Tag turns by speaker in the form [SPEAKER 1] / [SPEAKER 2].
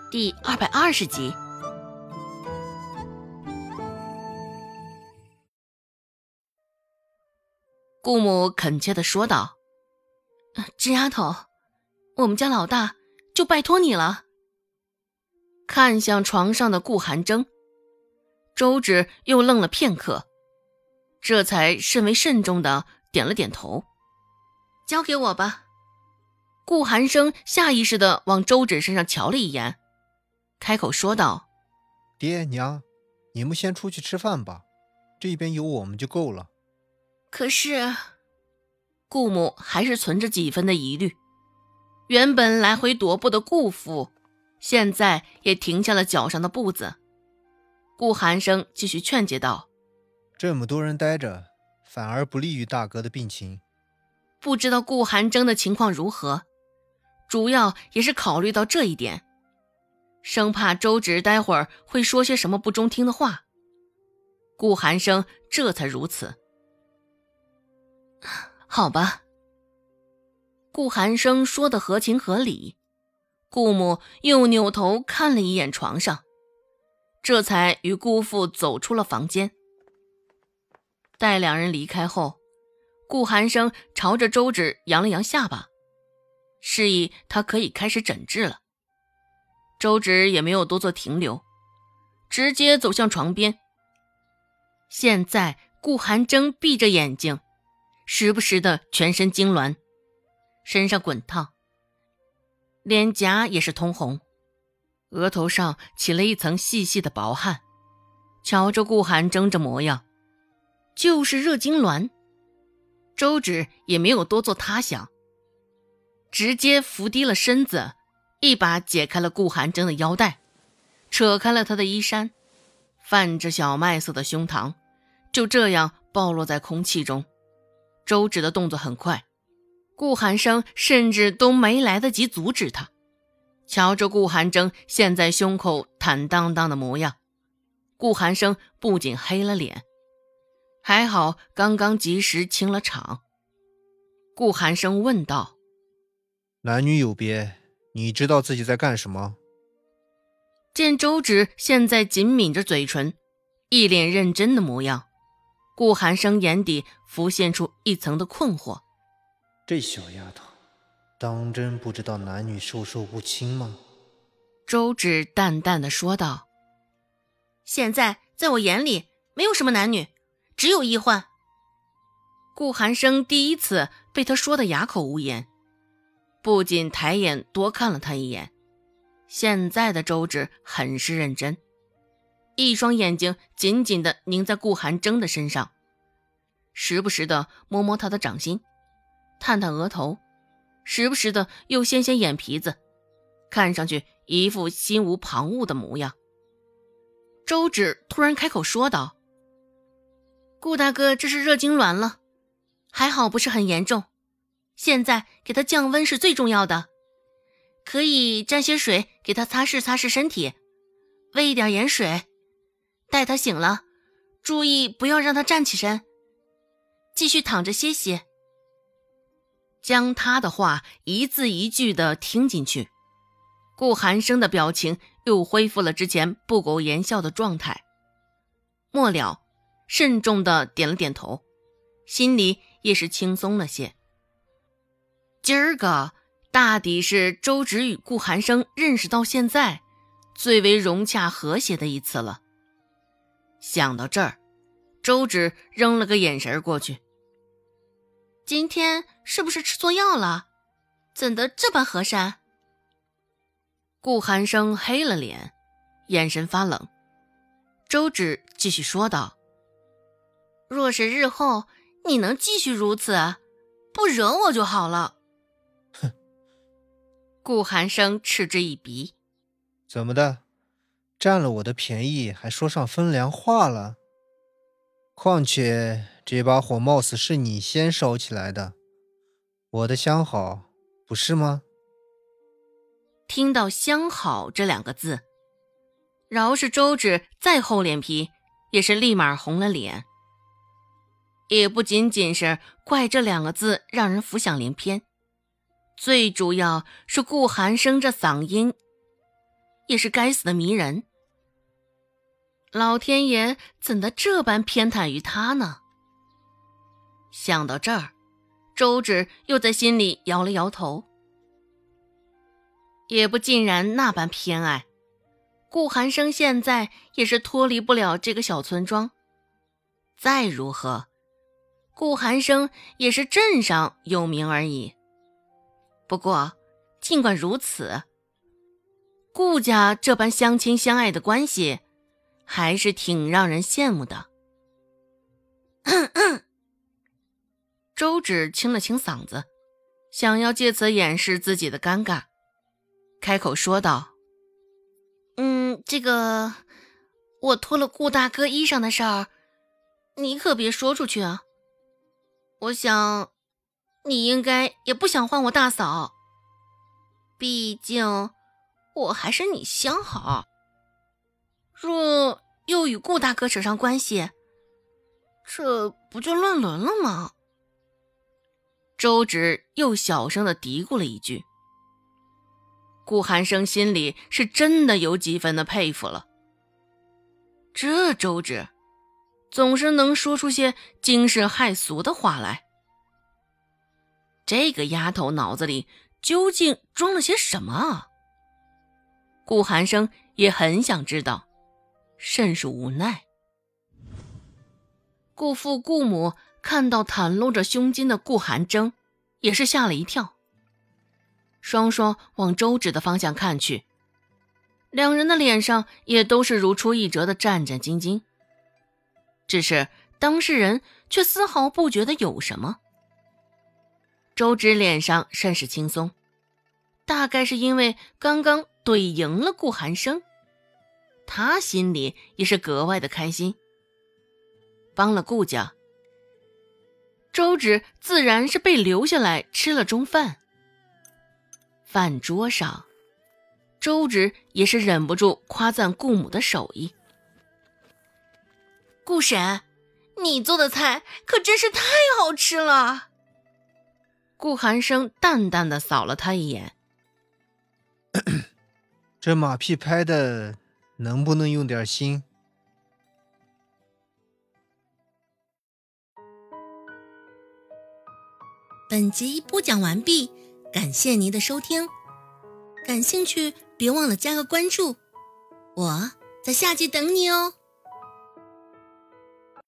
[SPEAKER 1] 第220集。顾母恳切地说道：侄丫头，我们家老大就拜托你了。看向床上的顾寒征，周芷又愣了片刻，这才甚为慎重地点了点头。交给我吧。顾寒生下意识地往周芷身上瞧了一眼，开口说道：
[SPEAKER 2] 爹娘，你们先出去吃饭吧，这边有我们就够了。
[SPEAKER 1] 可是顾母还是存着几分的疑虑，原本来回踱步的顾父现在也停下了脚上的步子。顾寒生继续劝解道：
[SPEAKER 2] 这么多人待着，反而不利于大哥的病情。
[SPEAKER 1] 不知道顾寒征的情况如何，主要也是考虑到这一点，生怕周芷待会儿会说些什么不中听的话。顾寒生这才如此。好吧。顾寒生说得合情合理，顾母又扭头看了一眼床上，这才与顾父走出了房间。待两人离开后，顾寒生朝着周芷扬了扬下巴，示意他可以开始诊治了。周芷也没有多做停留，直接走向床边。现在顾寒征闭着眼睛，时不时的全身痉挛，身上滚烫，脸颊也是通红，额头上起了一层细细的薄汗。瞧着顾寒征这模样，就是热痉挛。周芷也没有多做他想，直接伏低了身子，一把解开了顾寒征的腰带，扯开了他的衣衫，泛着小麦色的胸膛就这样暴露在空气中。周芷的动作很快，顾寒生甚至都没来得及阻止他。瞧着顾寒征现在胸口坦荡荡的模样，顾寒生不仅黑了脸，还好刚刚及时清了场。顾寒生问道：
[SPEAKER 2] 男女有别，你知道自己在干什么？
[SPEAKER 1] 见周芷现在紧抿着嘴唇，一脸认真的模样，顾寒生眼底浮现出一层的困惑。
[SPEAKER 2] 这小丫头当真不知道男女授受不亲吗？
[SPEAKER 1] 周芷淡淡的说道：现在在我眼里没有什么男女，只有医患。顾寒生第一次被他说得哑口无言，不仅抬眼多看了他一眼。现在的周芷很是认真，一双眼睛紧紧地凝在顾寒征的身上，时不时地摸摸他的掌心，探探额头，时不时地又掀掀眼皮子，看上去一副心无旁骛的模样。周芷突然开口说道：顾大哥这是热痉挛了，还好不是很严重，现在给他降温是最重要的，可以沾些水给他擦拭擦拭身体，喂一点盐水，待他醒了注意不要让他站起身，继续躺着歇歇。将他的话一字一句地听进去，顾寒生的表情又恢复了之前不苟言笑的状态。末了慎重地点了点头，心里也是轻松了些。今儿个大抵是周芷与顾寒生认识到现在最为融洽和谐的一次了。想到这儿，周芷扔了个眼神过去：今天是不是吃错药了？怎得这般和善？顾寒生黑了脸，眼神发冷。周芷继续说道：若是日后你能继续如此，不惹我就好了。
[SPEAKER 2] 哼！
[SPEAKER 1] 顾寒生嗤之以鼻：
[SPEAKER 2] 怎么的，占了我的便宜还说上风凉话了？况且这把火貌似是你先烧起来的，我的相好不是吗？
[SPEAKER 1] 听到相好这两个字，饶是周芷再厚脸皮也是立马红了脸。也不仅仅是怪这两个字让人浮想联翩，最主要是顾寒生这嗓音， 也是该死的迷人。老天爷怎的这般偏袒于他呢？想到这儿，周芷又在心里摇了摇头。也不尽然那般偏爱，顾寒生现在也是脱离不了这个小村庄。再如何，顾寒生也是镇上有名而已。不过尽管如此，顾家这般相亲相爱的关系还是挺让人羡慕的。周芷清了清嗓子，想要借此掩饰自己的尴尬，开口说道：这个我脱了顾大哥衣裳的事儿，你可别说出去啊。我想你应该也不想换我大嫂，毕竟我还是你相好。若又与顾大哥扯上关系，这不就乱伦了吗？周芷又小声地嘀咕了一句。顾寒生心里是真的有几分的佩服了。这周芷总是能说出些惊世骇俗的话来。这个丫头脑子里究竟装了些什么啊？顾寒生也很想知道，甚是无奈。顾父顾母看到袒露着胸襟的顾寒征，也是吓了一跳，双双往周芷的方向看去，两人的脸上也都是如出一辙的战战兢兢。只是当事人却丝毫不觉得有什么。周芷脸上甚是轻松，大概是因为刚刚怼赢了顾寒生，他心里也是格外的开心。帮了顾家，周芷自然是被留下来吃了中饭。饭桌上，周芷也是忍不住夸赞顾母的手艺。顾婶，你做的菜可真是太好吃了。顾寒生淡淡的扫了他一眼。
[SPEAKER 2] 这马屁拍的能不能用点心？
[SPEAKER 3] 本集播讲完毕，感谢您的收听。感兴趣别忘了加个关注，我在下集等你哦。